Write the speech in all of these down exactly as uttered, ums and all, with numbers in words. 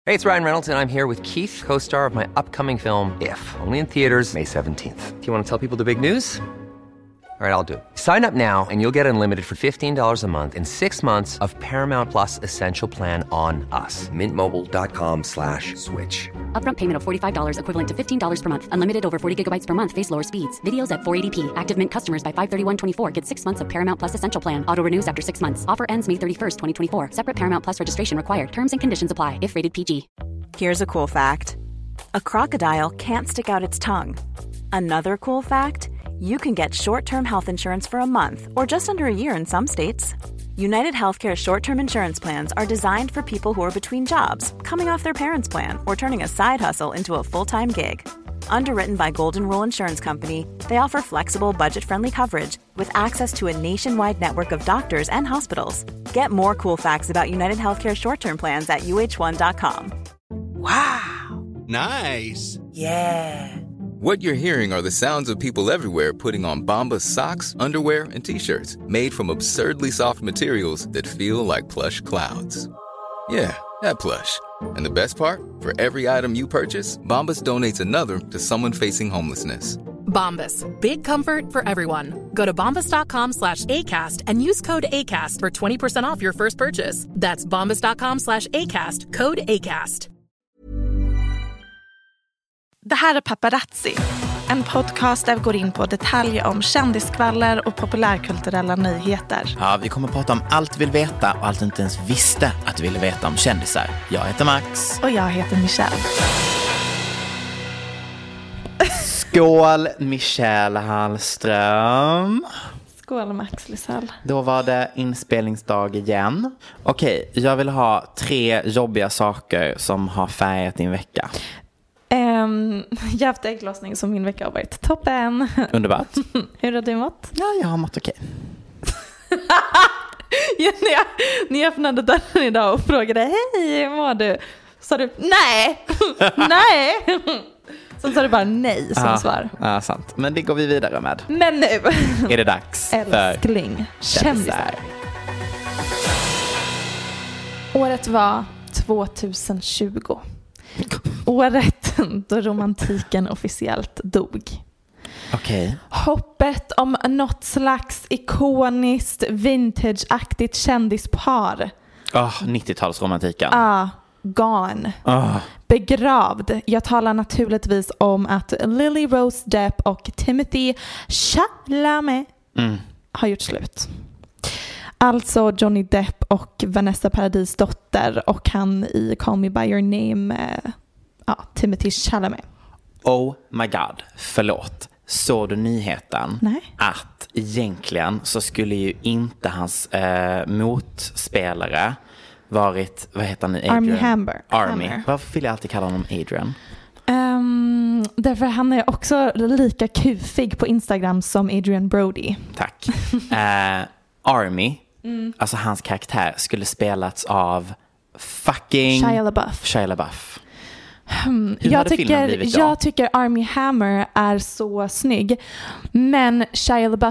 Hey, it's Ryan Reynolds, and I'm here with Keith, co-star of my upcoming film, If, only in theaters May seventeenth. Do you want to tell people the big news? All right, I'll do it. Sign up now and you'll get unlimited for fifteen dollars a month and six months of Paramount Plus Essential Plan on us. Mint Mobile dot com slash switch. Upfront payment of forty-five dollars equivalent to fifteen dollars per month. Unlimited over forty gigabytes per month. Face lower speeds. Videos at four eighty p. Active Mint customers by five thirty-one twenty-four get six months of Paramount Plus Essential Plan. Auto renews after six months. Offer ends May thirty-first, twenty twenty-four. Separate Paramount Plus registration required. Terms and conditions apply if rated P G. Here's a cool fact. A crocodile can't stick out its tongue. Another cool fact, you can get short-term health insurance for a month or just under a year in some states. United Healthcare short-term insurance plans are designed for people who are between jobs, coming off their parents' plan, or turning a side hustle into a full-time gig. Underwritten by Golden Rule Insurance Company, they offer flexible, budget-friendly coverage with access to a nationwide network of doctors and hospitals. Get more cool facts about United Healthcare short-term plans at U H one dot com. Wow. Nice. Yeah. What you're hearing are the sounds of people everywhere putting on Bombas socks, underwear, and T-shirts made from absurdly soft materials that feel like plush clouds. Yeah, that plush. And the best part? For every item you purchase, Bombas donates another to someone facing homelessness. Bombas. Big comfort for everyone. Go to bombas dot com slash ACAST and use code ACAST for twenty percent off your first purchase. That's bombas dot com slash ACAST. Code ACAST. Det här är Paparazzi, en podcast där vi går in på detaljer om kändiskvaller och populärkulturella nyheter. Ja, vi kommer att prata om allt du vill veta och allt du inte ens visste att du ville veta om kändisar. Jag heter Max. Och jag heter Michelle. Skål, Michelle Hallström. Skål, Max Lisell. Då var det inspelningsdag igen. Okej, jag vill ha tre jobbiga saker som har färgat din vecka. Um, jag har haft ägglossning, som min vecka har varit toppen. Underbart. Hur har du mått? Ja, jag har mått okej. Ja, när, jag, när jag öppnade dörren idag och frågade hej, hur mår du? Så du nej, nej. Så sa du bara nej som ja, svar. Ja, sant. Men det går vi vidare med. Men nu är det dags älskling, för kändisar. Året var tjugohundratjugo. Året då romantiken officiellt dog. Okej. Hoppet om något slags ikoniskt vintageaktigt kändispar. Oh, nittiotalsromantiken. Ja, ah, gone. Oh. Begravd. Jag talar naturligtvis om att Lily Rose Depp och Timothy Chalamet mm. har gjort slut. Alltså Johnny Depp och Vanessa Paradis dotter och han i Call Me By Your Name, eh, ja, Timothy Chalamet. Oh my god, förlåt. Såg du nyheten? Nej. Att egentligen så skulle ju inte hans eh, motspelare varit, vad heter han nu? Armie Hammer. Armie. Hammer. Varför vill jag alltid kalla honom Adrian? Um, därför han är också lika kufig på Instagram som Adrian Brody. Tack. eh, Armie, mm. alltså hans karaktär skulle spelats av fucking Shia LaBeouf. Shia LaBeouf. Hmm. Jag, tycker, jag tycker Armie Hammer är så snygg. Men Shia LaBeouf,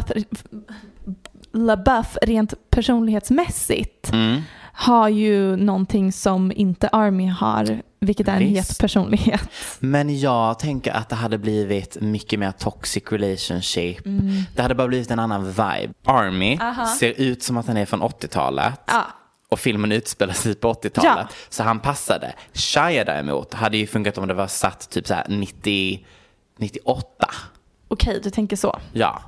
LaBeouf rent personlighetsmässigt mm. har ju någonting som inte Armie har, vilket är en Visst. het personlighet. Men jag tänker att det hade blivit mycket mer toxic relationship. Mm. Det hade bara blivit en annan vibe. Armie Aha. ser ut som att han är från åttiotalet. Ja. Och filmen utspelar sig på åttiotalet. Ja. Så han passade. Shia däremot hade ju funkat om det var satt typ så här nittio, nittioåtta. Okej, du tänker så. Ja.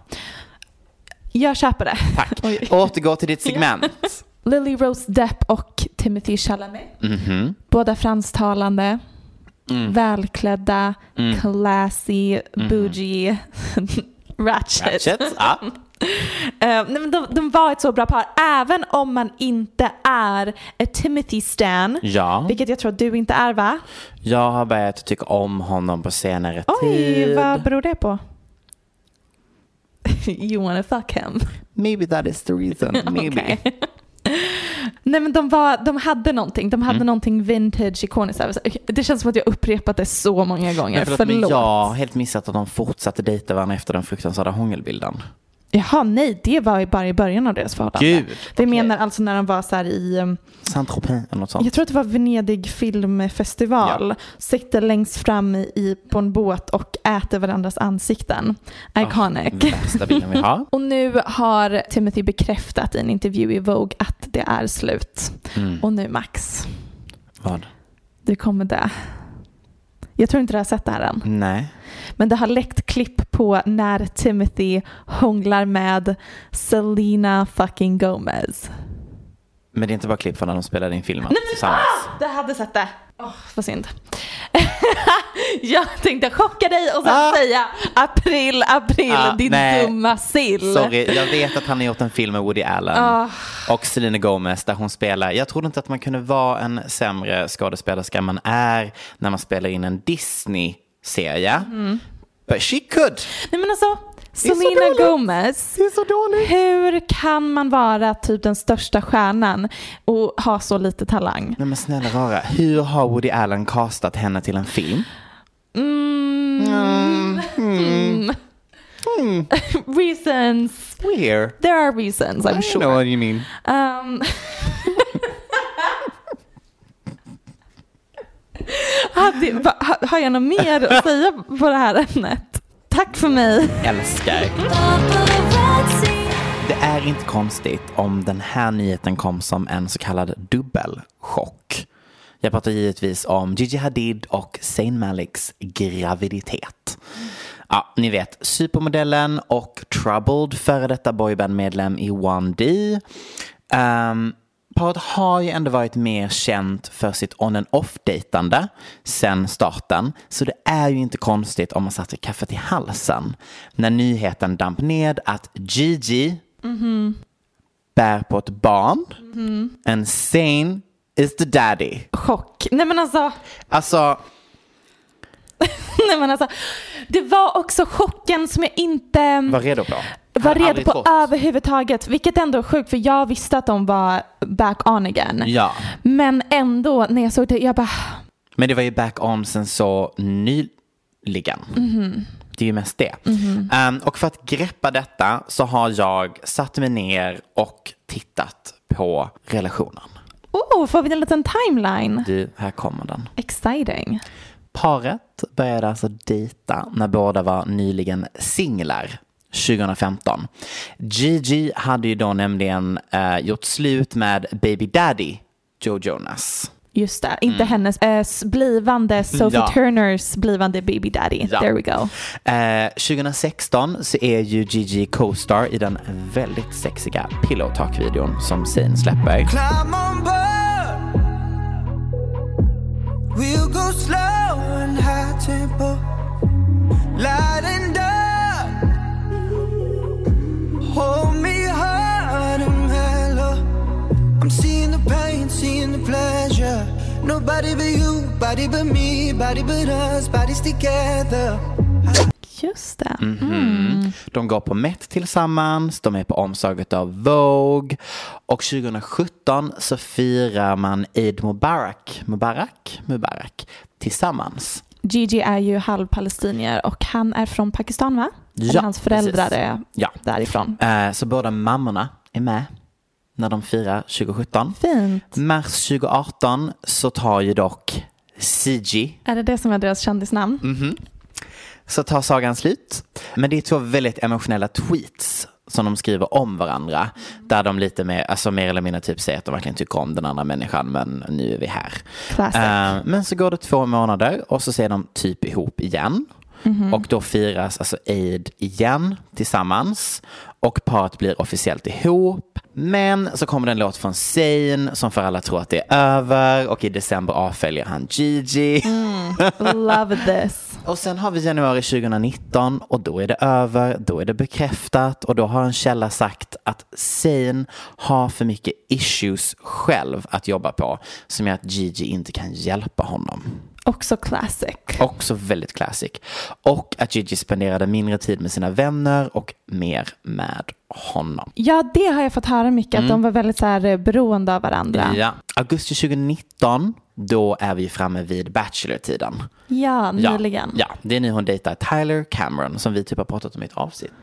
Jag köper det. Tack. Återgå till ditt segment. Lily Rose Depp och Timothy Chalamet. Mm-hmm. Båda fransktalande. Mm. Välklädda. Mm. Classy. Mm. Bougie. Ratchet. Ratchet, ja. Uh, men de, de var ett så bra par. Även om man inte är ett Timothy stan, ja. Vilket jag tror att du inte är, va? Jag har börjat tycka om honom på senare Oj, tid. Oj, vad beror det på? You wanna fuck him? Maybe that is the reason. Maybe. Nej, men de, var, de hade någonting. De hade mm. någonting vintage, ikoniskt. Det känns som att jag upprepat det så många gånger. Nej, förlåt, förlåt. Men jag har helt missat att de fortsatte dejta varandra efter den fruktansvärda hångelbilden. Jaha, nej, det var ju bara i början av deras förhållande. Gud, Vi okay. menar alltså när de var så här i... Saint-Tropez eller något sånt. Jag tror att det var Venedig filmfestival. Ja. Sitter längst fram i, på en båt och äter varandras ansikten. Iconic. Oh, bästa bilden vi har. Och nu har Timothy bekräftat i en intervju i Vogue att det är slut. Mm. Och nu Max. Vad? Du kommer dö. Jag tror inte du har sett det här än. Nej. Men det har läckt klipp på när Timothy hånglar med Selena fucking Gomez. Men det är inte bara klipp från när de spelade in filmen Nej, men, tillsammans. Ah, det hade sett det. Åh, oh, vad synd. Jag tänkte chocka dig och sen ah. säga april, april, ah, din nej. dumma sill. Sorry, jag vet att han har gjort en film med Woody Allen ah. och Selena Gomez där hon spelar. Jag trodde inte att man kunde vara en sämre skådespelerska än man är när man spelar in en Disney-serie. Mm. But she could. Nej men alltså, Selena Gomez. Det är så dåligt. Hur kan man vara typ den största stjärnan och ha så lite talang? Nej men snälla rara, hur har Woody Allen castat henne till en film? Mm. Mm. Mm. Mm. Reasons. Weird. There are reasons, I'm I sure. I know what you mean. Um. Hade, va, har jag något mer att säga på det här ämnet? Tack för mig. Älskar. Det är inte konstigt om den här nyheten kom som en så kallad dubbelchock. Jag pratar givetvis om Gigi Hadid och Zayn Maliks graviditet. Ja, ni vet, supermodellen och troubled före detta boybandmedlem i one D. Um, Paret har ju ändå varit mer känt för sitt on and off-dejtande sen starten. Så det är ju inte konstigt om man satte kaffet i halsen när nyheten damp ned att Gigi mm-hmm. bär på ett barn mm-hmm. and Zayn is the daddy. Chock. Nej men alltså... Alltså... Nej men alltså... Det var också chocken som jag inte... Var redo på. Var redo på trott. Överhuvudtaget. Vilket ändå är sjukt, för jag visste att de var back on again. Ja. Men ändå, när jag såg det, jag bara... Men det var ju back on sen så nyligen. Mm-hmm. Det är ju mest det. Mm-hmm. Um, och för att greppa detta så har jag satt mig ner och tittat på relationen. Oh, får vi en liten timeline? Du, här kommer den. Exciting. Paret började alltså dejta när båda var nyligen singlar tjugohundrafemton. Gigi hade ju då nämligen uh, gjort slut med baby daddy Joe Jonas. Just det, inte mm. hennes äh, blivande Sophie ja. Turners blivande baby daddy. Ja. There we go. Uh, tjugohundrasexton så är ju Gigi co-star i den väldigt sexiga Pillow Talk-videon som Zayn släpper. We'll go slow and high tempo, light and dark. Hold me hard and mellow. I'm seeing the pain, seeing the pleasure. Nobody but you, body but me, body but us, bodies together. Just det. Mm-hmm. Mm. De går på Met tillsammans, de är på omslaget av Vogue och tjugohundrasjutton så firar man Eid Mubarak, Mubarak, Mubarak tillsammans. Gigi är ju halvpalestinier och han är från Pakistan, va? Ja, eller hans föräldrar precis. är ja. därifrån. Uh, så båda mammorna är med när de firar tjugosjutton. Fint. Mars tjugoarton så tar ju dock Gigi. Är det det som är deras kändisnamn? Mhm. Så tar sagan slut. Men det är två väldigt emotionella tweets som de skriver om varandra. Där de lite mer, alltså mer eller mindre typ säger att de verkligen tycker om den andra människan. Men nu är vi här. Uh, men så går det två månader och så ser de typ ihop igen. Mm-hmm. Och då firas alltså Eid igen tillsammans. Och paret blir officiellt ihop. Men så kommer det en låt från Zayn som för alla tror att det är över. Och i december avföljer han Gigi. Mm, love this. Och sen har vi januari tjugohundranitton och då är det över, då är det bekräftat. Och då har en källa sagt att Zayn har för mycket issues själv att jobba på. Som gör att Gigi inte kan hjälpa honom. Också classic. Också väldigt classic. Och att Gigi spenderade mindre tid med sina vänner och mer med honom. Ja, det har jag fått höra mycket. Mm. Att de var väldigt så här beroende av varandra. Ja. Augusti tjugonitton, då är vi framme vid Bachelor-tiden. Ja, nyligen. Ja, ja, det är nu hon dejtar Tyler Cameron som vi typ har pratat om i ett avsnitt.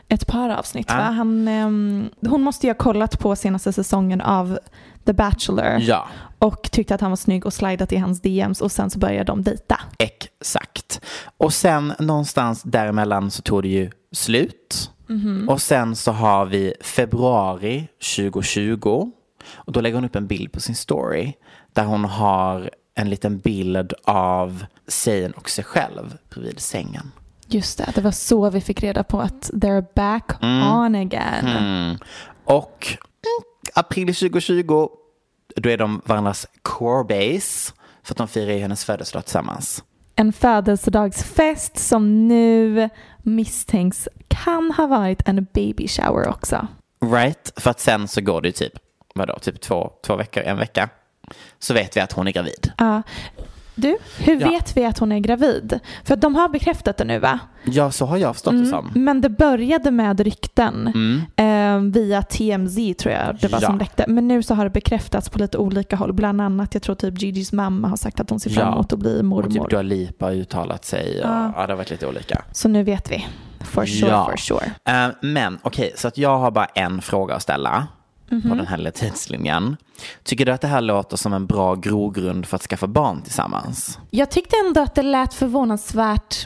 ett par avsnitt. Ah. Va? Han, um, hon måste ju ha kollat på senaste säsongen av The Bachelor Ja. och tyckte att han var snygg och slidat i hans D Ms och sen så började de dejta. Exakt. Och sen någonstans däremellan så tog det ju slut. Mm-hmm. Och sen så har vi februari tjugo tjugo och då lägger hon upp en bild på sin story där hon har en liten bild av Zayn och sig själv bredvid sängen. Just det, det var så vi fick reda på att they're back mm. on again. Mm. Och mm, april tjugo tjugo då är de varandras core base för att de firar ju hennes födelsedag tillsammans. En födelsedagsfest som nu misstänks kan ha varit en baby shower också. Right, för att sen så går det typ, vadå, typ två, två veckor, en vecka. Så vet vi att hon är gravid. Ja. Du, hur ja. vet vi att hon är gravid? För att de har bekräftat det nu, va? Ja, så har jag förstått mm, det som. Men det började med rykten mm. eh, via T M Z tror jag det var ja. som läckte. Men nu så har det bekräftats på lite olika håll. Bland annat, jag tror typ Gigi's mamma har sagt att hon ser fram emot ja. att bli mormor. Och typ Dua Lipa har uttalat sig. Och, ja. ja, det har varit lite olika. Så nu vet vi. For sure, ja. for sure. Uh, men okej, okay, så att jag har bara en fråga att ställa. Mm-hmm. På den här lilla tidslinjen. Tycker du att det här låter som en bra grogrund för att skaffa barn tillsammans? Jag tyckte ändå att det lät förvånansvärt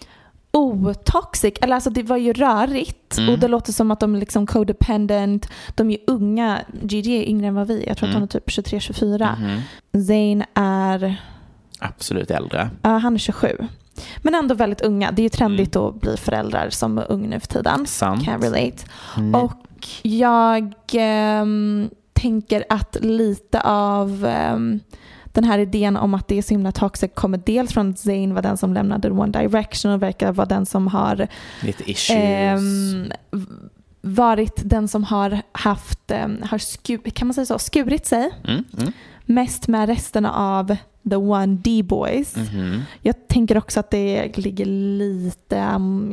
otoxic. Eller alltså det var ju rörigt. Mm. Och det låter som att de är liksom codependent. De är unga. Gigi är yngre än vad vi. Jag tror mm. att hon är typ tjugotre tjugofyra. Mm-hmm. Zayn är... absolut äldre. Ja, uh, han är tjugosju. Men ändå väldigt unga. Det är ju trendigt mm. att bli föräldrar som är ung nu för tiden. Sant. Can't relate. Mm. Och jag ähm, tänker att lite av ähm, den här idén om att det är så himla toxic kommer dels från att Zayn var den som lämnade One Direction och verkar vara den som har lite issues. Ähm, varit den som har haft ähm, har skur, kan man säga så, skurit sig mm, mm. mest med resten av The One D-Boys. Mm-hmm. Jag tänker också att det ligger lite um,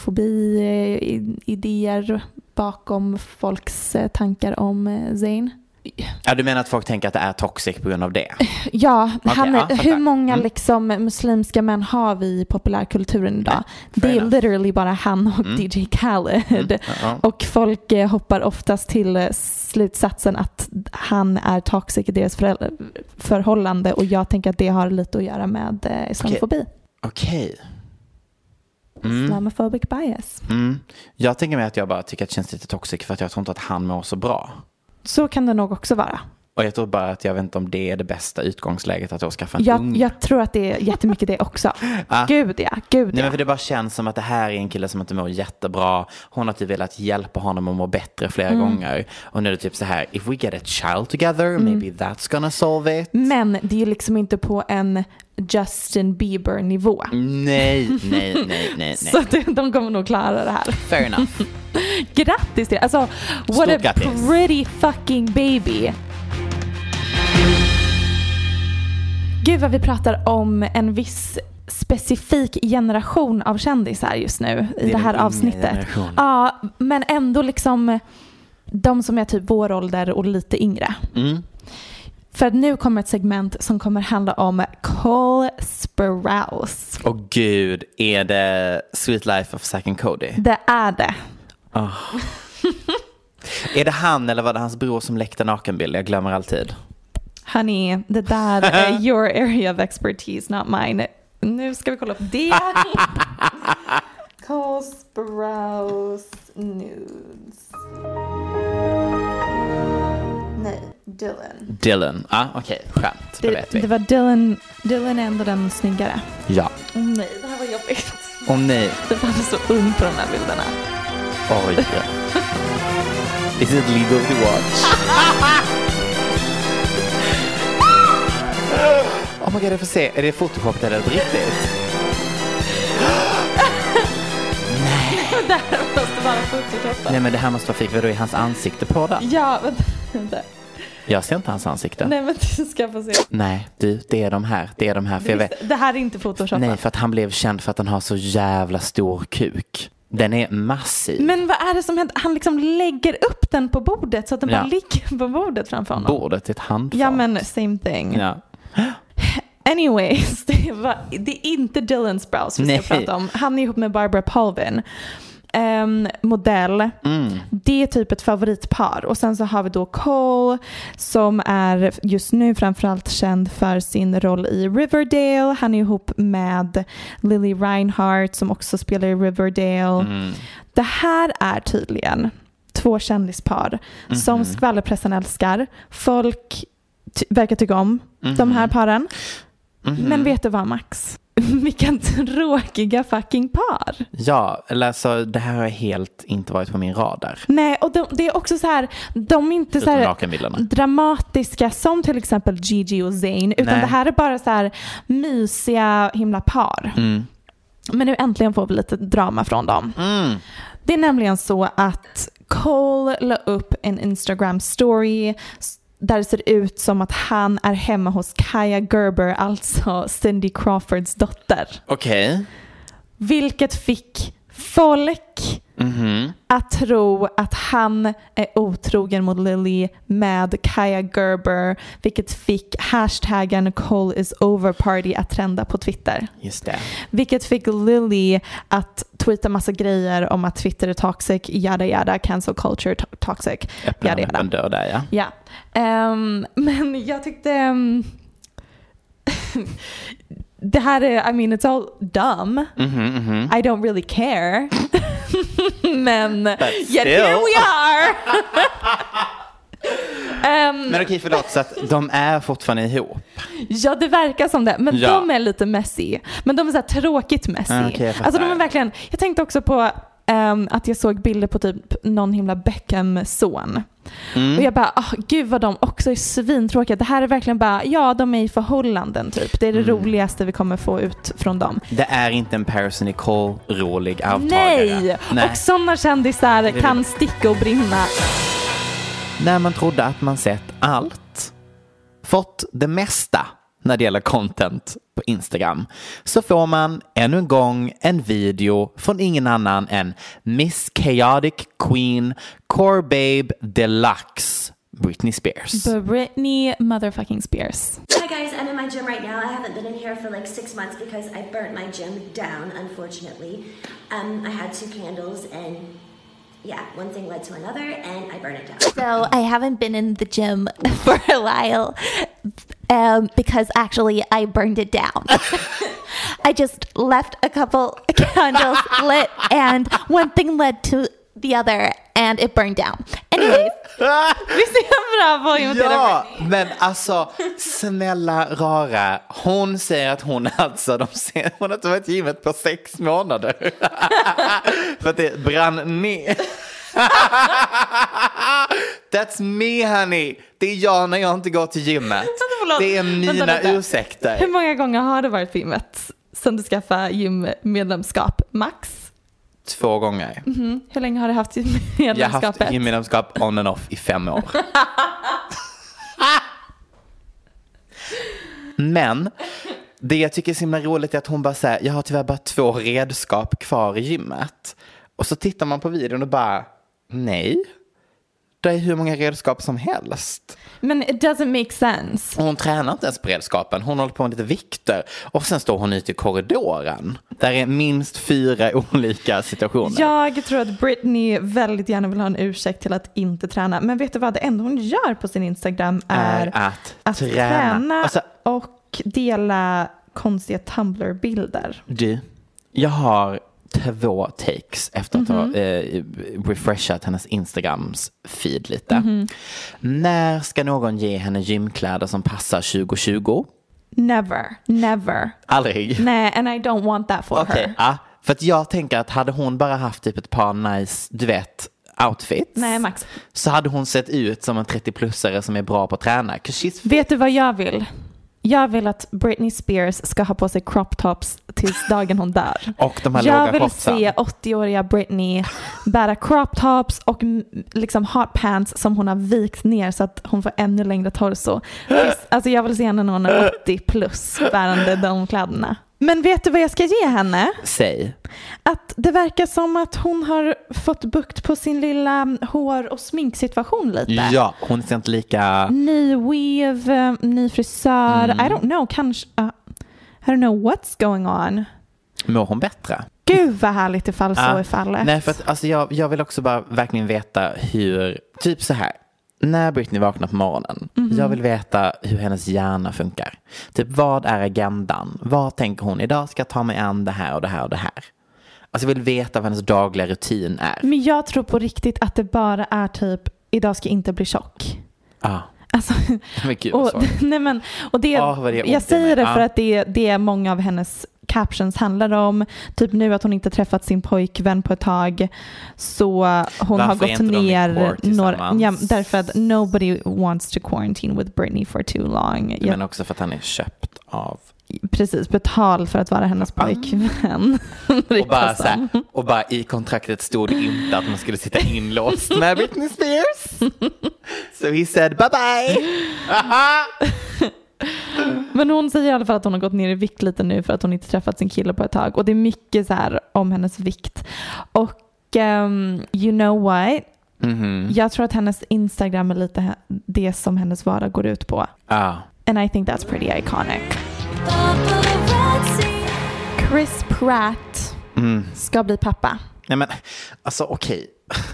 islamofobi-idéer bakom folks uh, tankar om uh, Zayn. Ja, du menar att folk tänker att det är toxic på grund av det? Ja, okay, han är, ja hur många mm. liksom, muslimska män har vi i populärkulturen idag? Yeah, det är enough. literally bara han och mm. D J Khaled. Mm. Uh-huh. Och folk eh, hoppar oftast till eh, slutsatsen att han är toxic i deras för- förhållande och jag tänker att det har lite att göra med eh, islamofobi. Okej. Okay. Mm. Islamophobic bias. Mm. Jag tänker mig att jag bara tycker att det känns lite toxic för att jag tror inte att han mår så bra. Så kan det nog också vara. Och jag tror bara att jag vet inte om det är det bästa utgångsläget att då skaffa en jag, unge. jag tror att det är jättemycket det också. ah. Gud ja, gud Nej, ja. men för det bara känns som att det här är en kille som inte mår jättebra. Hon har typ velat hjälpa honom att må bättre flera mm. gånger. Och nu är det typ så här, if we get a child together, mm. maybe that's gonna solve it. Men det är ju liksom inte på en Justin Bieber-nivå. Nej, nej, nej, nej, nej. Så det, de kommer nog klara det här. Fair enough. Grattis till alltså, what Stort a grattis. pretty fucking baby. Gud vad vi pratar om en viss specifik generation av kändisar just nu i det, det här avsnittet. Generation. Ja, men ändå liksom de som är typ vår ålder och lite yngre. Mm. För att nu kommer ett segment som kommer handla om Cole Sprouse. Åh gud, är det Sweet Life of Zack and Cody? Det är det. Oh. Är det han eller var det hans bror som läckte nakenbild? Jag glömmer alltid. Honey, det där är your area of expertise, not mine. Nu ska vi kolla på det. Cole Sprouse nudes. Nej, Dylan. Dylan, ja ah, okej, okay. Skönt, det, det vet vi. Det var Dylan, Dylan är ändå den snyggare. Ja. Åh oh, nej, det här var jobbigt. Åh oh, nej. Det var så ung på de här bilderna. Oj. Is it legal to watch? Oh my god, jag får se. Är det Photoshop eller riktigt? Nej. Det här måste vara Photoshop. Nej, men det här måste vara fik. Vadå, är hans ansikte på den? Ja, vänta. Jag ser inte hans ansikte. Nej, men du ska få se. Nej, du, det är de här. Det är de här. För jag vet... Det här är inte Photoshop. Nej, för att han blev känd för att han har så jävla stor kuk. Den är massiv. Men vad är det som händer? Han liksom lägger upp den på bordet så att den ja. bara ligger på bordet framför honom. Bordet är ett handfat. Ja, men same thing. Ja. Anyways, det, var, det är inte Dylan Sprouse vi ska Nej. prata om. Han är ihop med Barbara Palvin. um, modell. Mm. Det är typ ett favoritpar. Och sen så har vi då Cole som är just nu framförallt känd för sin roll i Riverdale. Han är ihop med Lily Reinhardt som också spelar i Riverdale. Mm. Det här är tydligen två kändispar mm-hmm. som skvallerpressen älskar. Folk ty- verkar tycka om mm-hmm. de här paren. Mm-hmm. Men vet du vad, Max? Vilka tråkiga fucking par. Ja, eller alltså det här har helt inte varit på min radar. Nej, och de, det är också så här, de är inte så här dramatiska som till exempel Gigi och Zayn, utan Nej. det här är bara så här mysiga himla par. Mm. Men nu äntligen får vi lite drama från dem. Mm. Det är nämligen så att Cole la upp en Instagram story där det ser ut som att han är hemma hos Kaia Gerber, alltså Cindy Crawfords dotter. Okej. Okay. Vilket fick folk mm-hmm. att tro att han är otrogen mot Lily med Kaia Gerber, vilket fick hashtaggen Cole is over party att trenda på Twitter. Just det. Vilket fick Lily att tweeta massa grejer om att Twitter är toxic, yada yada, cancel culture to- toxic, Öppna yada yada. En dörr där, ja. Ja. Um, men jag tyckte um, det här är, I mean it's all dumb. Mm-hmm, mm-hmm. I don't really care. Men yet here we are. um, men okej, förlåt, så att de är fortfarande ihop. Ja, det verkar som det. Men ja. de är lite messy. Men de är så här tråkigt messy. Ah, okay, alltså de är verkligen, jag tänkte också på um, att jag såg bilder på typ någon himla Beckham-son. Mm. Och jag bara, oh, gud vad de också är svintråkiga. Det här är verkligen bara, ja, de är i förhållanden typ. Det är det mm. roligaste vi kommer få ut från dem. Det är inte en Paris och Nicole rolig avtagare. Nej, Nej. Och sådana kändisar kan sticka och brinna. När man trodde att man sett allt, fått det mesta när det gäller content på Instagram, så får man ännu en gång en video från ingen annan än Miss Chaotic Queen Core Babe Deluxe Britney Spears. Britney motherfucking Spears. Hi guys, I'm in my gym right now. I haven't been in here for like six months because I burnt my gym down, unfortunately. Um, I had two candles and yeah, one thing led to another and I burned it down. So I haven't been in the gym for a while um, because actually I burned it down. I just left a couple candles lit and one thing led to the other and it burned down. Anyways. Visst är jag bra på att imitera Ja, men alltså snälla rara. Hon säger att hon alltså de ser, hon har inte varit i gymmet på sex månader. För att det brann ner. That's me honey. Det är jag när jag inte går till gymmet. Det är mina vänta, vänta. ursäkter. Hur många gånger har du varit på gymmet sen du skaffade gymmedlemskap? Max? Två gånger. Mm-hmm. Hur länge har du haft gymmedlemskapet? Jag har haft gymmedlemskap on and off i fem år. Men det jag tycker är så himla roligt är att hon bara säger, jag har tyvärr bara två redskap kvar i gymmet. Och så tittar man på videon och bara, nej. Det är hur många redskap som helst. Men it doesn't make sense. Och hon tränar inte ens på redskapen. Hon håller på med lite vikter. Och sen står hon ute i korridoren. Där är minst fyra olika situationer. Jag tror att Britney väldigt gärna vill ha en ursäkt till att inte träna. Men vet du vad? Det enda hon gör på sin Instagram är, är att, att träna, träna alltså, och dela konstiga Tumblr-bilder. Du, jag har två takes efter att mm-hmm. ha eh, refreshat hennes Instagrams feed lite. Mm-hmm. När ska någon ge henne gymkläder som passar tjugo tjugo? Never, never. Aldrig? Nej, and I don't want that for okay. her. Ah, för att jag tänker att hade hon bara haft typ ett par nice, du vet, outfits. Nej, Max. Så hade hon sett ut som en trettio-plussare som är bra på att träna. Vet du vad jag vill? Jag vill att Britney Spears ska ha på sig crop tops tills dagen hon dör. Och de här jag låga vill shortsen. se åttio-åriga Britney bära crop tops och liksom hot pants som hon har vikt ner så att hon får ännu längre torso. Alltså jag vill se henne när hon är åttio plus bärande de kläderna. Men vet du vad jag ska ge henne? Säg. Att det verkar som att hon har fått bukt på sin lilla hår- och sminksituation lite. Ja, hon ser inte lika... Ny weave, ny frisör. Mm. I don't know, kanske... Uh, I don't know what's going on. Mår hon bättre? Gud vad härligt ifall så Ja. är fallet. Nej, för att alltså, jag, jag vill också bara verkligen veta hur, typ så här, när Britney vaknar på morgonen, Mhm. jag vill veta hur hennes hjärna funkar. Typ, vad är agendan? Vad tänker hon? Idag ska jag ta mig an det här och det här och det här. Alltså jag vill veta vad hennes dagliga rutin är. Men jag tror på riktigt att det bara är typ, idag ska jag inte bli tjock. Ah. Alltså, Men gud, och, sorry. nej men, och det, Ah, vad det är ont i jag säger mig. det för Ah. att det, det är många av hennes captions handlar om. Typ nu att hon inte träffat sin pojkvän på ett tag. Så hon Varför har är gått inte de i ner court några, tillsammans? ja, därför att nobody wants to quarantine with Britney for too long. Jag, Men också för att han är köpt av. precis, betald för att vara hennes pojkvän. Och bara, så här, och bara i kontraktet stod det inte att man skulle sitta inlåst med Britney Spears. So he said bye bye. Aha! Men hon säger i alla fall att hon har gått ner i vikt lite nu för att hon inte träffat sin kille på ett tag. Och det är mycket så här om hennes vikt. Och um, you know what? Mm-hmm. Jag tror att hennes Instagram är lite det som hennes vardag går ut på. Ah. And I think that's pretty iconic. Chris Pratt Mm. ska bli pappa. Nej men, alltså okej.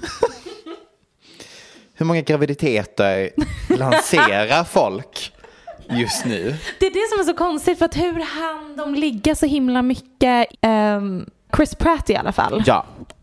Hur många graviditeter lanserar folk just nu? Det är det som är så konstigt, för att hur han de ligga så himla mycket. Um, Chris Pratt i alla fall. Ja.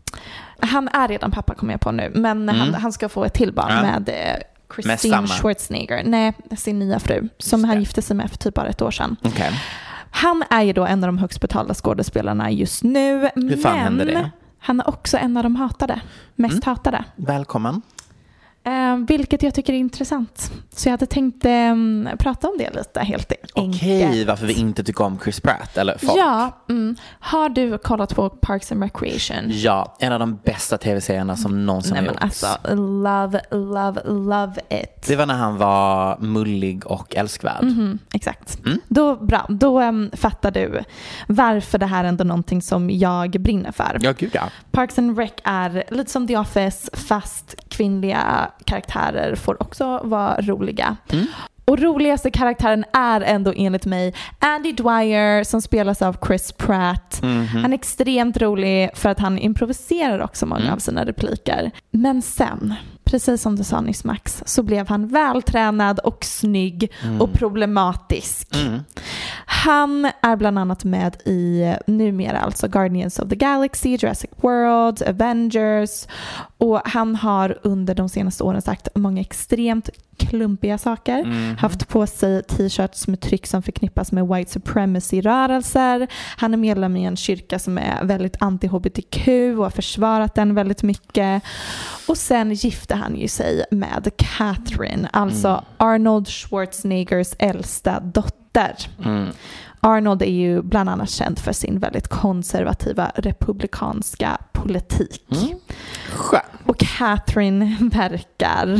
Han är redan pappa, kommer jag på nu. Men Mm. han, han ska få ett till barn Ja. med eh, Christine samma. Schwarzenegger. Nej, sin nya fru. Som han gifte sig med för typ bara ett år sedan. Okej. Han är ju då en av de högst betalda skådespelarna just nu. Hur fan men hände det? han är också en av de hatade. Mest Mm. hatade. Välkommen. Eh, vilket jag tycker är intressant. Så jag hade tänkt eh, prata om det lite helt enkelt. Okej, varför vi inte tycker om Chris Pratt eller folk. Ja, mm. Har du kollat på Parks and Recreation? Ja, en av de bästa tv-serierna som någonsin Nej har men gjorts. alltså, love, love, love it. Det var när han var mullig och älskvärd. Mhm, exakt. Mm. Då, bra, då um, fattar du varför det här är ändå någonting som jag brinner för. Ja, gud ja. Parks and Rec är lite som The Office, fast kvinnliga karaktärer får också vara roliga. Mm. Och roligaste karaktären är ändå enligt mig Andy Dwyer, som spelas av Chris Pratt. Mm-hmm. Han är extremt rolig för att han improviserar också många Mm. av sina repliker. Men sen, precis som du sa nyss Max, så blev han vältränad och snygg Mm. och problematisk. Mm. Han är bland annat med i numera alltså Guardians of the Galaxy, Jurassic World, Avengers, och han har under de senaste åren sagt många extremt klumpiga saker. Mm. Haft på sig t-shirts med tryck som förknippas med white supremacy-rörelser. Han är medlem i en kyrka som är väldigt anti-H B T Q och har försvarat den väldigt mycket. Och sen gifte han ju sig med Catherine, alltså Mm. Arnold Schwarzeneggers äldsta dotter. Mm. Arnold är ju bland annat känd för sin väldigt konservativa republikanska politik. Mm. Skönt. Och Catherine verkar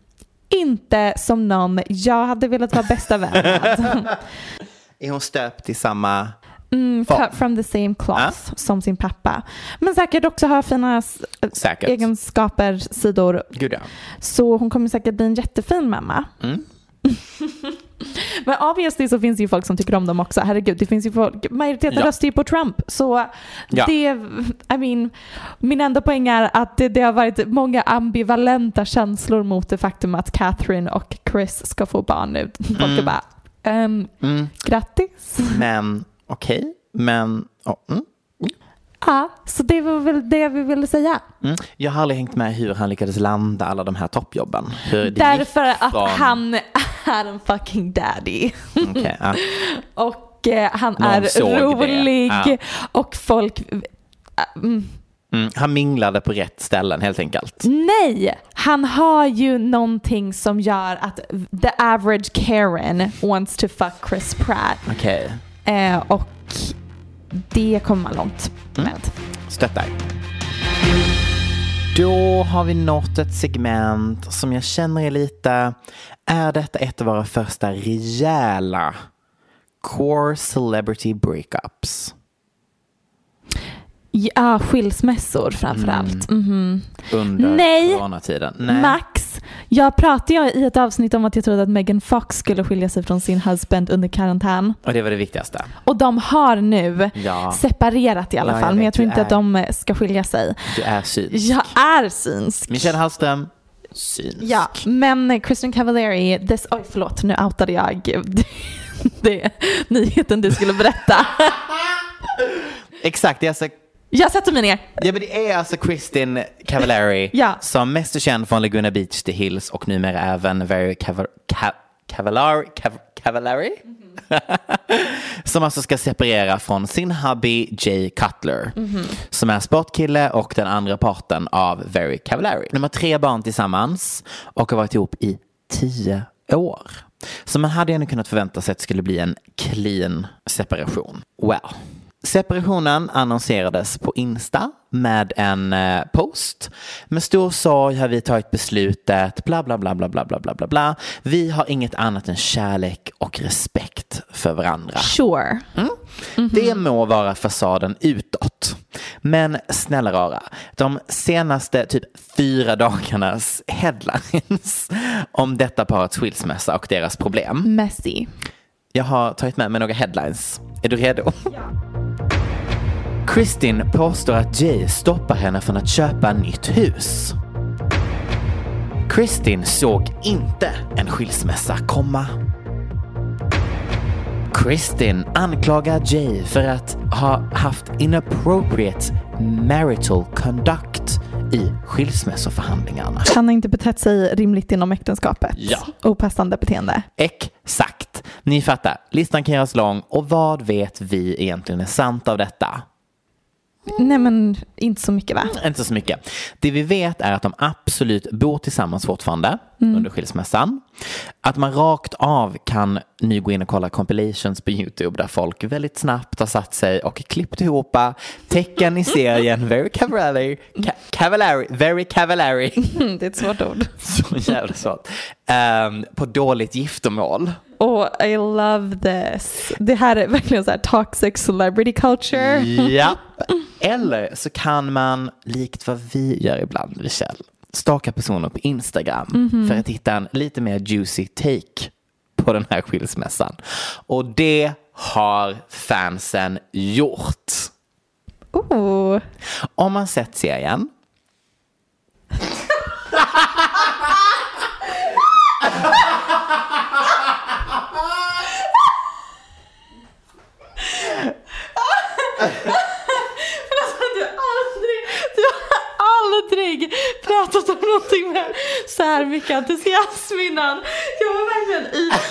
inte som någon jag hade velat vara bästa vän med. Är hon stöpt i samma... Mm, Form. cut from the same cloth som sin pappa. Men säkert också har fina s- Säkert. egenskaper, sidor. Gud ja. Så hon kommer säkert bli en jättefin mamma. Mm. Men obviously så finns det ju folk som tycker om dem också. Herregud, det finns ju folk, majoriteten Ja. röstar ju på Trump. Så Ja. det, I mean, min enda poäng är att det, det har varit många ambivalenta känslor mot det faktum att Catherine och Chris ska få barn nu. Folk är Mm. bara, ehm, Mm. grattis. Men okej, men... Oh, mm. Ja, så det var väl det vi ville säga. Mm. Jag har aldrig hängt med hur han lyckades landa alla de här toppjobben. Hur det Därför gick att från... han är en fucking daddy. Okej, ja. Och eh, han Någon är såg det. rolig. Ja. Och folk... Mm. Mm. Han minglade på rätt ställen helt enkelt. Nej, han har ju någonting som gör att the average Karen wants to fuck Chris Pratt. Okej. Eh, och det kommer man långt med. Mm. Stöttar. Då har vi nått ett segment som jag känner är lite... Är detta ett av våra första rejäla core celebrity breakups? Ja, skilsmässor framförallt. Mm. Mhm. Under Nej. coronatiden? Nej. Max, Yes. Jag pratade ju i ett avsnitt om att jag trodde att Megan Fox skulle skilja sig från sin husband under karantän. Och det var det viktigaste. Och de har nu ja. separerat i alla ja, fall. Men jag tror inte är. att de ska skilja sig. Du är synsk. Jag är synsk. Michelle Hallström, synsk. Ja, men Kristin Cavallari, this, oj förlåt, nu outade jag det är nyheten du skulle berätta. Exakt, det är alltså... Jag sätter mig ner. Ja, men det är alltså Kristin Cavallari ja. som mest är känd från Laguna Beach, The Hills och numera även Very Cav- Cav- Cavallari Cav- Cavallari mm-hmm. som alltså ska separera från sin hubby Jay Cutler mm-hmm. som är sportkille och den andra parten av Very Cavallari. De har tre barn tillsammans och har varit ihop i tio år. Så man hade ändå kunnat förvänta sig att det skulle bli en clean separation. Well. Separationen annonserades på Insta med en eh, post. Med stor sorg har vi tagit beslutet bla bla bla bla bla bla bla bla. Vi har inget annat än kärlek och respekt för varandra. Sure. Mm? Mm-hmm. Det må vara fasaden utåt. Men snälla rara, de senaste typ fyra dagarnas headlines om detta parets skilsmässa och deras problem. Messy. Jag har tagit med mig några headlines. Är du redo? Ja. Kristin påstår att Jay stoppar henne från att köpa nytt hus. Kristin såg inte en skilsmässa komma. Kristin anklagar Jay för att ha haft inappropriate marital conduct i skilsmässoförhandlingarna. Han har inte betett sig rimligt inom äktenskapet. Ja. Opassande beteende. Exakt. Ni fattar. Listan kan göras lång och vad vet vi egentligen är sant av detta? Nej, men inte så mycket va? Inte så mycket. Det vi vet är att de absolut bor tillsammans fortfarande mm. under skilsmässan. Att man rakt av kan nu gå in och kolla compilations på YouTube där folk väldigt snabbt har satt sig och klippt ihop tecken i serien Very Cavallari, Ca- Cavallari, Very Cavallari. Det är ett svårt ord. Så jävla svårt. Um, på dåligt giftermål. Oh, I love this. Det här är verkligen så här toxic celebrity culture. Ja. Eller så kan man, likt vad vi gör ibland, Michelle, staka personer på Instagram mm-hmm. för att hitta en lite mer juicy take på den här skilsmässan. Och det har fansen gjort. Oh. Om man sett serien aldrig pratat om någonting med så här mycket entusiasm innan. Jag var verkligen i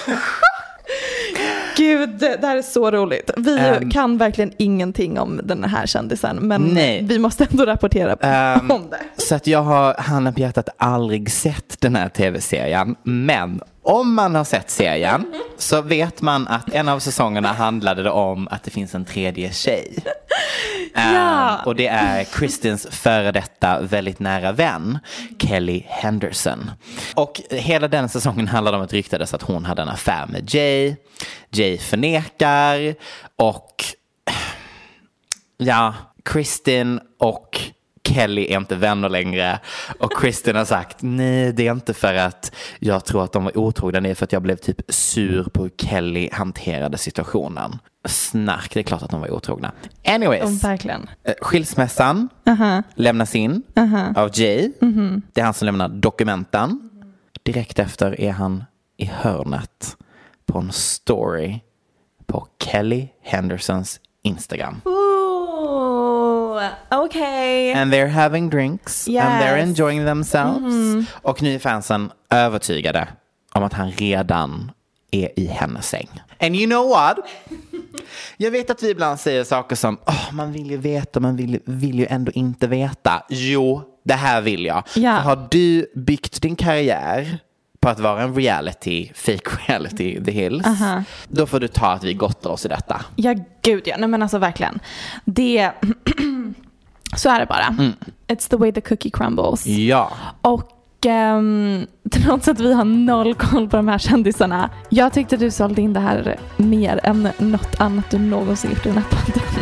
Gud, det, det här är så roligt. Vi um, kan verkligen ingenting om den här kändisen, men nej. Vi måste ändå rapportera um, om det. Så att jag har, handen på hjärtat, aldrig sett den här tv-serien. Men om man har sett serien så vet man att en av säsongerna handlade om att det finns en tredje tjej. Ja. Um, och det är Kristins före detta väldigt nära vän Kelly Henderson. Och hela den säsongen handlade om att ryktades att hon hade en affär med Jay. Jay förnekar. Och ja, Kristin och Kelly är inte vänner längre. Och Kristin har sagt, nej, det är inte för att jag tror att de var otrogna, det är för att jag blev typ sur på hur Kelly hanterade situationen. Snark, det är klart att de var otrogna. Anyways, oh, verkligen. Skilsmässan uh-huh. lämnas in uh-huh. av Jay. Uh-huh. Det är han som lämnar dokumenten. Direkt efter är han i hörnet på en story på Kelly Hendersons Instagram. Okay. And they're having drinks. Yes. And they're enjoying themselves. Mm. Och nu är fansen övertygade om att han redan är i hennes säng. And you know what? Jag vet att vi ibland säger saker som oh, man vill ju veta, man vill, vill ju ändå inte veta. Jo, det här vill jag. Ja. För har du byggt din karriär på att vara en reality, fake reality, The Hills, uh-huh. då får du ta att vi gottar oss i detta. Ja, gud ja. Nej, men alltså verkligen. Det så är det bara. Mm. It's the way the cookie crumbles. Ja. Och um, trots att vi har noll koll på de här kändisarna, jag tyckte du sålde in det här mer än något annat du någonsin gjort i den här podden.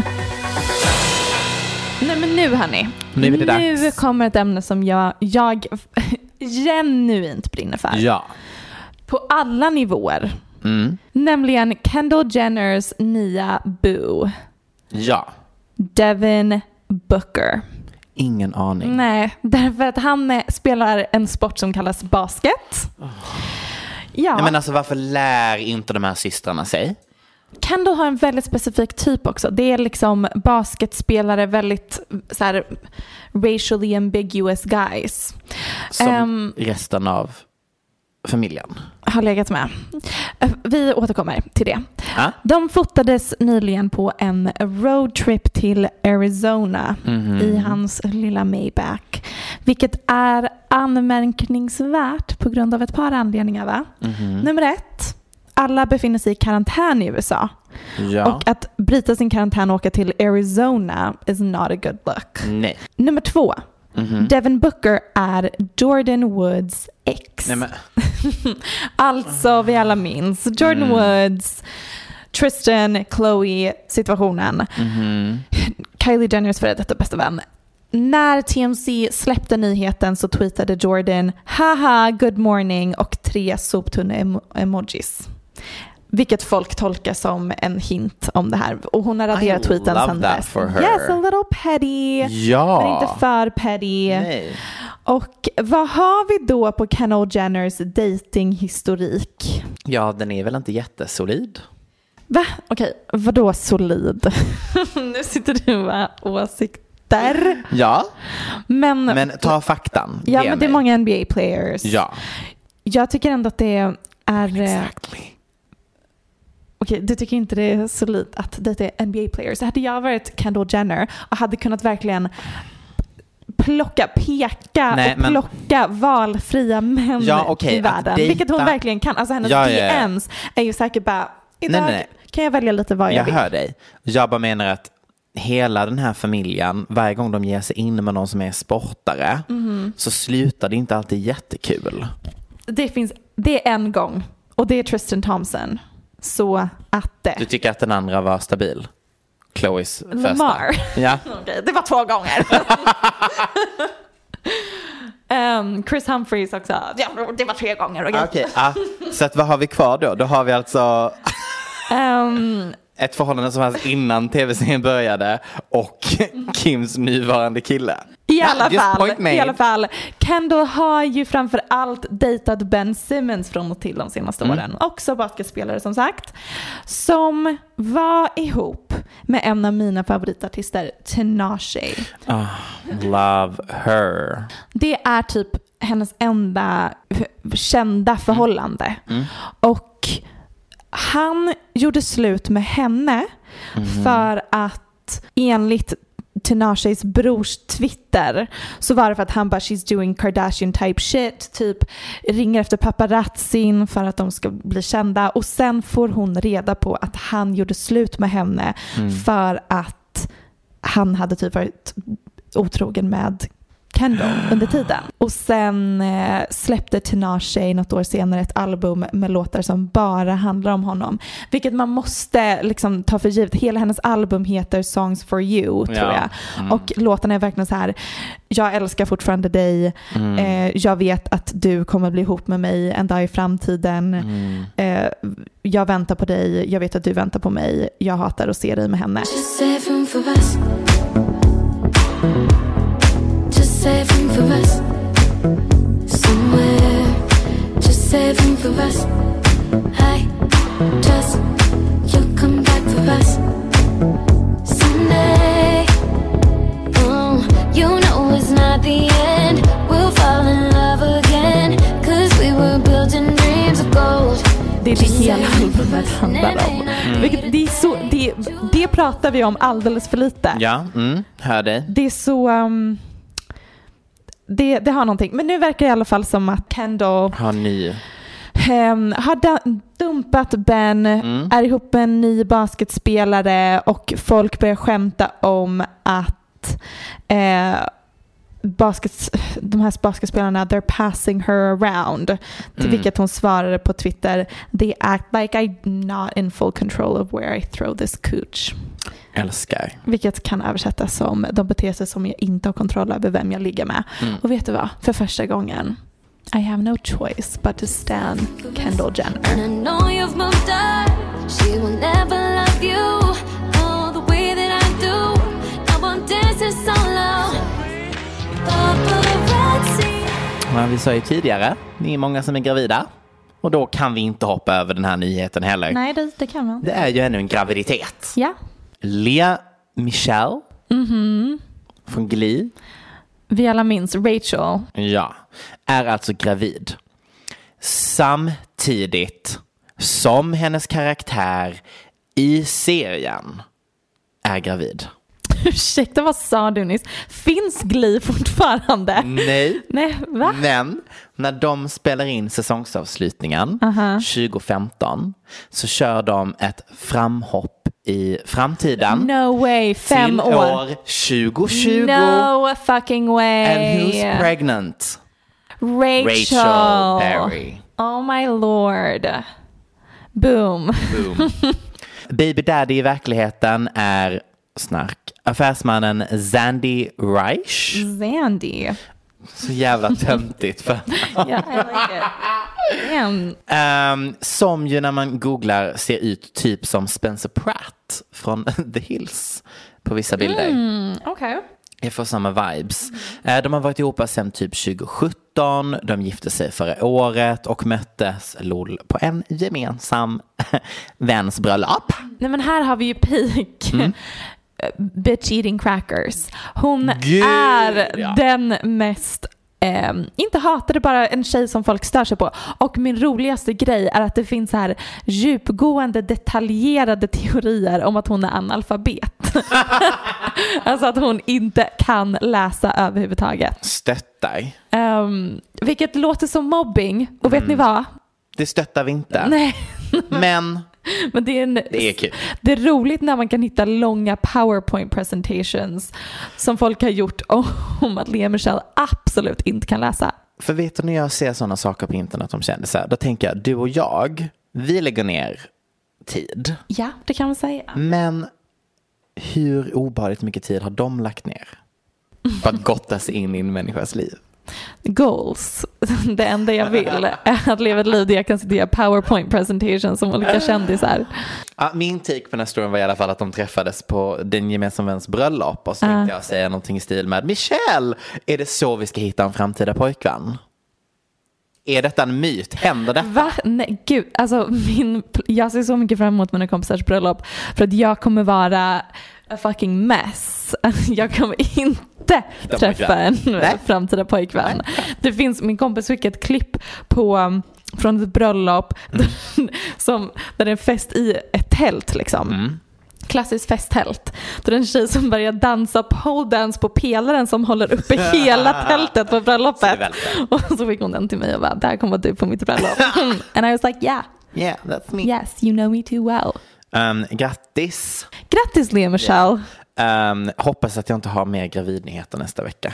Nej, men nu hörni. Nu är det dags. Nu kommer ett ämne som jag, jag genuint brinner för. Ja. På alla nivåer. Mm. Nämligen Kendall Jenners nya boo. Ja. Devin Booker. Ingen aning. Nej, därför att han är, spelar en sport som kallas basket. Oh. Ja. Nej, men alltså varför lär inte de här systrarna sig? Kendall har en väldigt specifik typ också. Det är liksom basketspelare, väldigt så här, racially ambiguous guys. Som um, resten av familjen. Har legat med. Vi återkommer till det. Ah? De fotades nyligen på en roadtrip till Arizona Mm-hmm. i hans lilla Maybach. Vilket är anmärkningsvärt på grund av ett par anledningar, va? Mm-hmm. Nummer ett. Alla befinner sig i karantän i U S A. Ja. Och att bryta sin karantän och åka till Arizona is not a good look. Nej. Nummer två. Mm-hmm. Devin Booker är Jordan Woods ex. Nej, men... Alltså, vi alla minns Jordan Mm. Woods, Tristan, Chloe situationen. Mm-hmm. Kylie Jenners före detta bästa vän. När T M C släppte nyheten så tweetade Jordan haha, good morning och tre soptunne-emojis. Vilket folk tolkar som en hint om det här. Och hon har raderat I tweeten love sedan that dess. for her. Yes, a little petty. Ja. Men inte för petty. Nej. Och vad har vi då på Kendall Jenners datinghistorik? Ja, den är väl inte jättesolid. Va? Okej, vadå solid? Nu sitter du med åsikter. Ja, Men, men ta faktan. ja, Ge men det är mig. många N B A-players. Ja. Jag tycker ändå att det är... Exactly. Okej, du tycker inte det är solid att det är N B A-players. Hade jag varit Kendall Jenner och hade kunnat verkligen plocka, peka Nej, och men... plocka valfria män Ja, okay, i världen. dejta... Vilket hon verkligen kan. Alltså hennes ja, ja, ja. D Ms är ju säkert bara, idag nej, nej. kan jag välja lite vad jag, Jag vill. hör dig. Jag bara menar att hela den här familjen, varje gång de ger sig in med någon som är sportare, mm. så slutar det inte alltid jättekul. Det finns, det är en gång. Och det är Tristan Thompson. Så att det... Du tycker att den andra var stabil? Chloes första? Lamar. Ja. Okay, det var två gånger. um, Chris Humphries också. Ja, det var tre gånger. Okay. Okej, okay, ah, så att vad har vi kvar då? Då har vi alltså um, ett förhållande som fanns innan tv-serien började och Kims nuvarande kille. I alla, yeah, fall, I alla fall, Kendall har ju framför allt dejtat Ben Simmons från och till de senaste mm. åren. Också basketspelare som sagt. Som var ihop med en av mina favoritartister, Tinashe. Oh, love her. Det är typ hennes enda kända förhållande. Mm. Och han gjorde slut med henne mm. för att enligt Tinashes brors Twitter så var det för att han bara she's doing Kardashian type shit, typ ringer efter paparazzin för att de ska bli kända, och sen får hon reda på att han gjorde slut med henne mm. för att han hade typ varit otrogen med Kendall under tiden. Och sen eh, släppte Tinashe något år senare ett album med låtar som bara handlar om honom. Vilket man måste liksom ta för givet. Hela hennes album heter Songs for You, tror ja. jag. Mm. Och låtarna är verkligen så här: jag älskar fortfarande dig. Mm. Eh, jag vet att du kommer bli ihop med mig en dag i framtiden. Mm. Eh, jag väntar på dig. Jag vet att du väntar på mig. Jag hatar att se dig med henne. Save room for us somewhere. Just save room for us. I just you'll come back for us someday. Oh, you know it's not the end. We'll fall in love again, 'cause we were building dreams of gold. Det är det hela albumet handlar om. Mm. Vilket, det, är så, det, det pratar vi om alldeles för lite. Ja, mm, hör dig. Det är så... Um, Det, det har någonting. Men nu verkar det i alla fall som att Kendall har, ny. Um, har da- dumpat Ben, mm. är ihop med en ny basketspelare, och folk börjar skämta om att eh, basket, de här basketspelarna, they're passing her around. Till mm. vilket hon svarade på Twitter: they act like I'm not in full control of where I throw this cooch. Älskar. Vilket kan översättas som: de beter sig som jag inte har kontroll över vem jag ligger med. Mm. Och vet du vad? För första gången I have no choice but to stan Kendall Jenner. And I know you've moved on. She will never love you all the way that I do. I won't dance solo. Men vi sa ju tidigare, det är många som är gravida. Och då kan vi inte hoppa över den här nyheten heller. Nej, det, det kan man. Det är ju ännu en graviditet. Ja. Lea Michele Mm-hmm. från Glee. Vi alla minns Rachel. Ja, är alltså gravid. Samtidigt som hennes karaktär i serien är gravid. Ursäkta, vad sa du nyss? Finns Glee fortfarande? Nej. Nej, va? Men när de spelar in säsongsavslutningen uh-huh. tjugo femton så kör de ett framhopp i framtiden. No way, fem till år. år tjugo tjugo. No fucking way. And who's pregnant? Rachel. Rachel Berry. Oh my lord. Boom. Boom. Baby daddy i verkligheten är snark. Affärsmannen Zandy Reich. Zandy. Så jävla töntigt för. Yeah, I like it. Damn. Um, som ju när man googlar ser ut typ som Spencer Pratt från The Hills på vissa bilder. Mm, okay. Jag får samma vibes. Uh, de har varit ihop sedan typ tjugo sjutton. De gifte sig förra året och möttes lol på en gemensam väns bröllop. Nej, men här har vi ju peak. Mm. Bitch eating crackers. Hon Gud, är ja. den mest eh, inte hatade, bara en tjej som folk stör sig på. Och min roligaste grej är att det finns så här djupgående, detaljerade teorier om att hon är analfabet. Alltså att hon inte kan läsa överhuvudtaget. Stöttar. Um, vilket låter som mobbing. Och vet mm. ni vad? Det stöttar vi inte. Nej. Men Men det är, en, det är kul. Det är roligt när man kan hitta långa PowerPoint presentations som folk har gjort om att Lea Michele absolut inte kan läsa. För vet du, när jag ser sådana saker på internet om kändisar, då tänker jag, du och jag, vi lägger ner tid. Ja, det kan man säga. Men hur obehagligt mycket tid har de lagt ner för att gotta sig in i en människas liv? Goals. Det enda jag vill är att leva ett liv där jag kan sitta PowerPoint presentations som olika kändisar. Ja, min take på den här storyn var i alla fall att de träffades på den gemensamma väns bröllop. Och så tänkte uh. jag säga någonting i stil med: Michelle, är det så vi ska hitta en framtida pojkvän? Är detta en myt? Händer detta? Va? Nej, gud. Alltså, min, jag ser så mycket fram emot mina kompisars bröllop. För att jag kommer vara a fucking mess. Jag kommer inte träffa en Nej. framtida pojkvän. Nej. Det finns, min kompis fick ett klipp på, um, från ett bröllop mm. som, där det är en fest i ett tält liksom. Mm. Klassiskt festtält. Då är det en tjej som börjar dansa pole dance på pelaren som håller uppe hela tältet på bröllopet. Och så fick hon den till mig och bara, där kommer du på mitt bröllop. And I was like, yeah. Yeah, that's me. Yes, you know me too well. Um, grattis. Grattis, Lea Michele. Yeah. Um, hoppas att jag inte har mer gravidnyheter nästa vecka.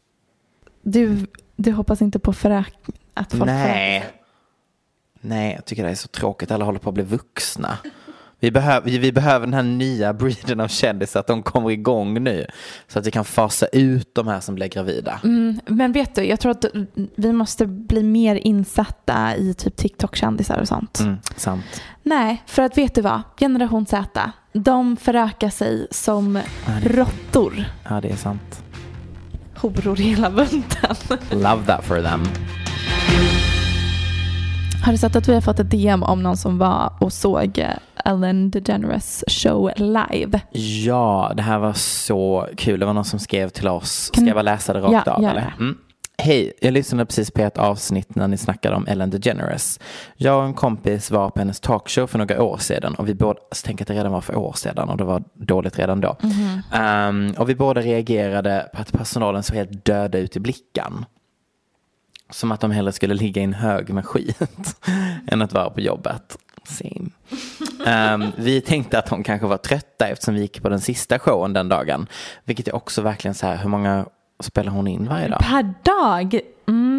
Du, du hoppas inte på förakt att folk Nej. Förakt. Nej, jag tycker det är så tråkigt. Alla håller på att bli vuxna. Vi behöver, vi behöver den här nya breeden av kändisar, att de kommer igång nu. Så att vi kan fasa ut de här som blir gravida. Mm, men vet du, jag tror att vi måste bli mer insatta i typ TikTok-kändisar och sånt. Mm, sant. Nej, för att vet du vad? Generation Z, de förökar sig som ja, råttor. Ja, det är sant. Horor i hela bunten. Love that for them. Har du sett att vi har fått ett D M om någon som var och såg Ellen DeGeneres show live? Ja, det här var så kul. Det var någon som skrev till oss. Ska jag bara läsa det rakt ja, av? Ja, eller? Mm. Hej, jag lyssnade precis på ett avsnitt när ni snackade om Ellen DeGeneres. Jag och en kompis var på hennes talkshow för några år sedan. Och vi båda, så tänker att det redan var för år sedan. Och det var dåligt redan då. Mm-hmm. Um, och vi båda reagerade på att personalen så helt döda ut i blicken. Som att de hellre skulle ligga i en hög med skit än att vara på jobbet. Same. Um, vi tänkte att de kanske var trötta eftersom vi gick på den sista showen den dagen. Vilket är också verkligen så här, hur många spelar hon in varje dag? Per dag? Mm.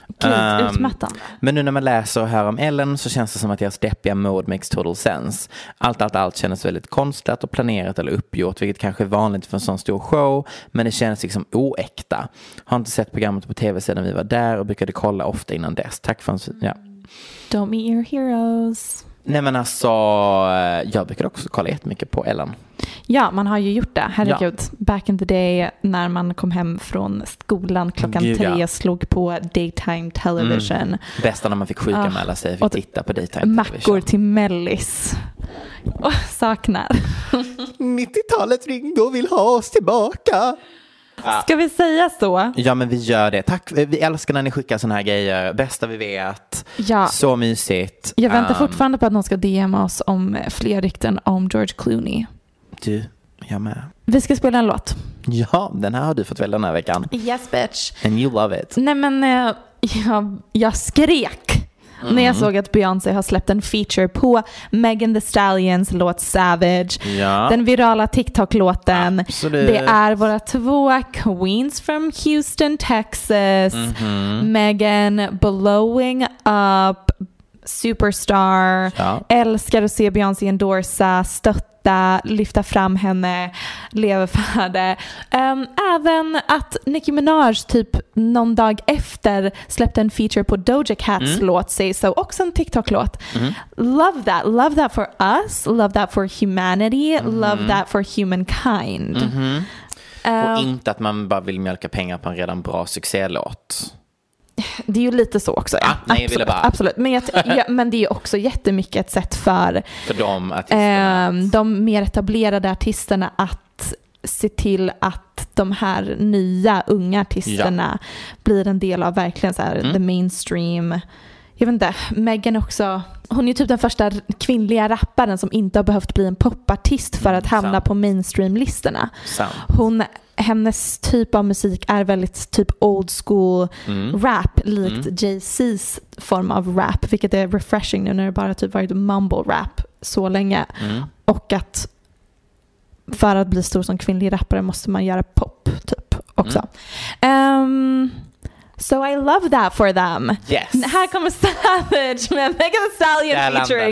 Gud, Um, utmattande. Men nu när man läser och hör om Ellen så känns det som att deras deppiga mode makes total sense. Allt, allt, allt känns väldigt konstlat och planerat eller uppgjort, vilket kanske är vanligt för en sån stor show, men det känns liksom oäkta. Har inte sett programmet på tv sedan vi var där och brukade kolla ofta innan dess. Tack för en... Ja. Don't meet your heroes. Nej men alltså, jag brukar också kolla jättemycket på Ellen. Ja, man har ju gjort det. Herregud. Ja. Back in the day när man kom hem från skolan klockan Gud, tre ja. slog på daytime television. Mm. Bästa när man fick sjukanmäla sig och fick och titta på daytime mackor television. Mackor till mellis. Oh, saknar. nittiotalet ringde och vill ha oss tillbaka. Ska vi säga så? Ja, men vi gör det. Tack, vi älskar när ni skickar såna här grejer. Bästa vi vet. Ja. Så mysigt. Jag väntar um, fortfarande på att någon ska D M oss om fler rykten om George Clooney. Du, jag med. Vi ska spela en låt. Ja, den här har du fått välja den här veckan. Yes, bitch. And you love it. Nej, men uh, jag, jag skrek. Mm. När jag såg att Beyoncé har släppt en feature på Megan Thee Stallions låt Savage. Ja. Den virala TikTok-låten. Absolut. Det är våra två queens from Houston, Texas. Mm-hmm. Megan blowing up, superstar. Ja. Älskar att se Beyoncé endorsa, stötta, lyfta fram henne, leva för det. Um, även att Nicki Minaj typ någon dag efter släppte en feature på Doja Cats mm. låt Say So, också en TikTok-låt. Mm. Love that. Love that for us. Love that for humanity. Mm. Love that for humankind. Mm-hmm. Um, och uh, inte att man bara vill mjölka pengar på en redan bra succélåt. Det är ju lite så också. Ja. Ah, nej, absolut, jag bara... absolut. Men, jag, ja, men det är ju också jättemycket ett sätt för, för de, artisterna. Eh, de mer etablerade artisterna att se till att de här nya unga artisterna ja. blir en del av verkligen så här, mm. the mainstream. Jag vet inte, Megan också, hon är typ den första kvinnliga rapparen som inte har behövt bli en popartist för att hamna Sant. på mainstream-listorna. Sant. Hon, hennes typ av musik är väldigt typ old school mm. rap, likt mm. Jay-Z's form av rap, vilket är refreshing nu när det bara typ varit mumble rap så länge. Mm. Och att för att bli stor som kvinnlig rappare måste man göra pop typ också. Mm. Um, So I love that for them. Yes. Här kommer Savage med Megan Thee Stallion featuring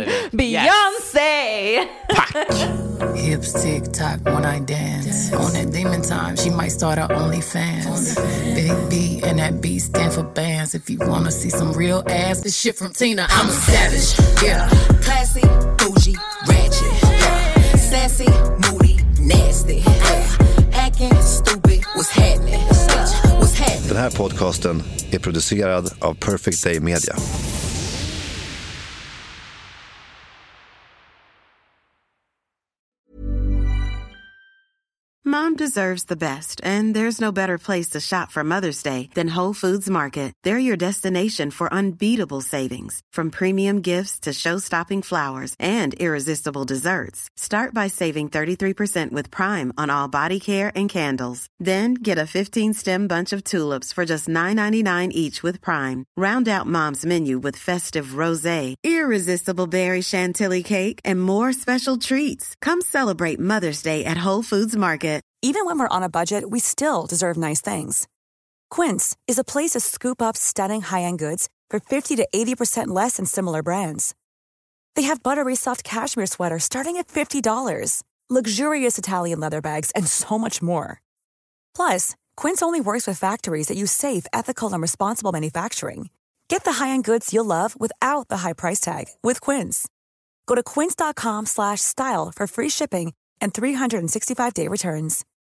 Beyoncé. Yes. Tack. Hips tick tock when I dance. On that demon time, she might start her OnlyFans. Big B and that B stand for bands. If you wanna see some real ass, this shit from Tina. I'm a savage, yeah. Classy, bougie, ratchet, yeah. Sassy, moody, nasty, yeah. Acting stupid, what's happening? What's happening? Den här podcasten är producerad av Perfect Day Media. Mom deserves the best, and there's no better place to shop for Mother's Day than Whole Foods Market. They're your destination for unbeatable savings, from premium gifts to show-stopping flowers and irresistible desserts. Start by saving thirty-three percent with Prime on all body care and candles. Then get a fifteen-stem bunch of tulips for just nine ninety-nine each with Prime. Round out Mom's menu with festive rosé, irresistible berry chantilly cake, and more special treats. Come celebrate Mother's Day at Whole Foods Market. Even when we're on a budget, we still deserve nice things. Quince is a place to scoop up stunning high-end goods for fifty to eighty percent less than similar brands. They have buttery soft cashmere sweaters starting at fifty dollars, luxurious Italian leather bags, and so much more. Plus, Quince only works with factories that use safe, ethical, and responsible manufacturing. Get the high-end goods you'll love without the high price tag with Quince. Go to quince.com slash style for free shipping and three sixty-five day returns.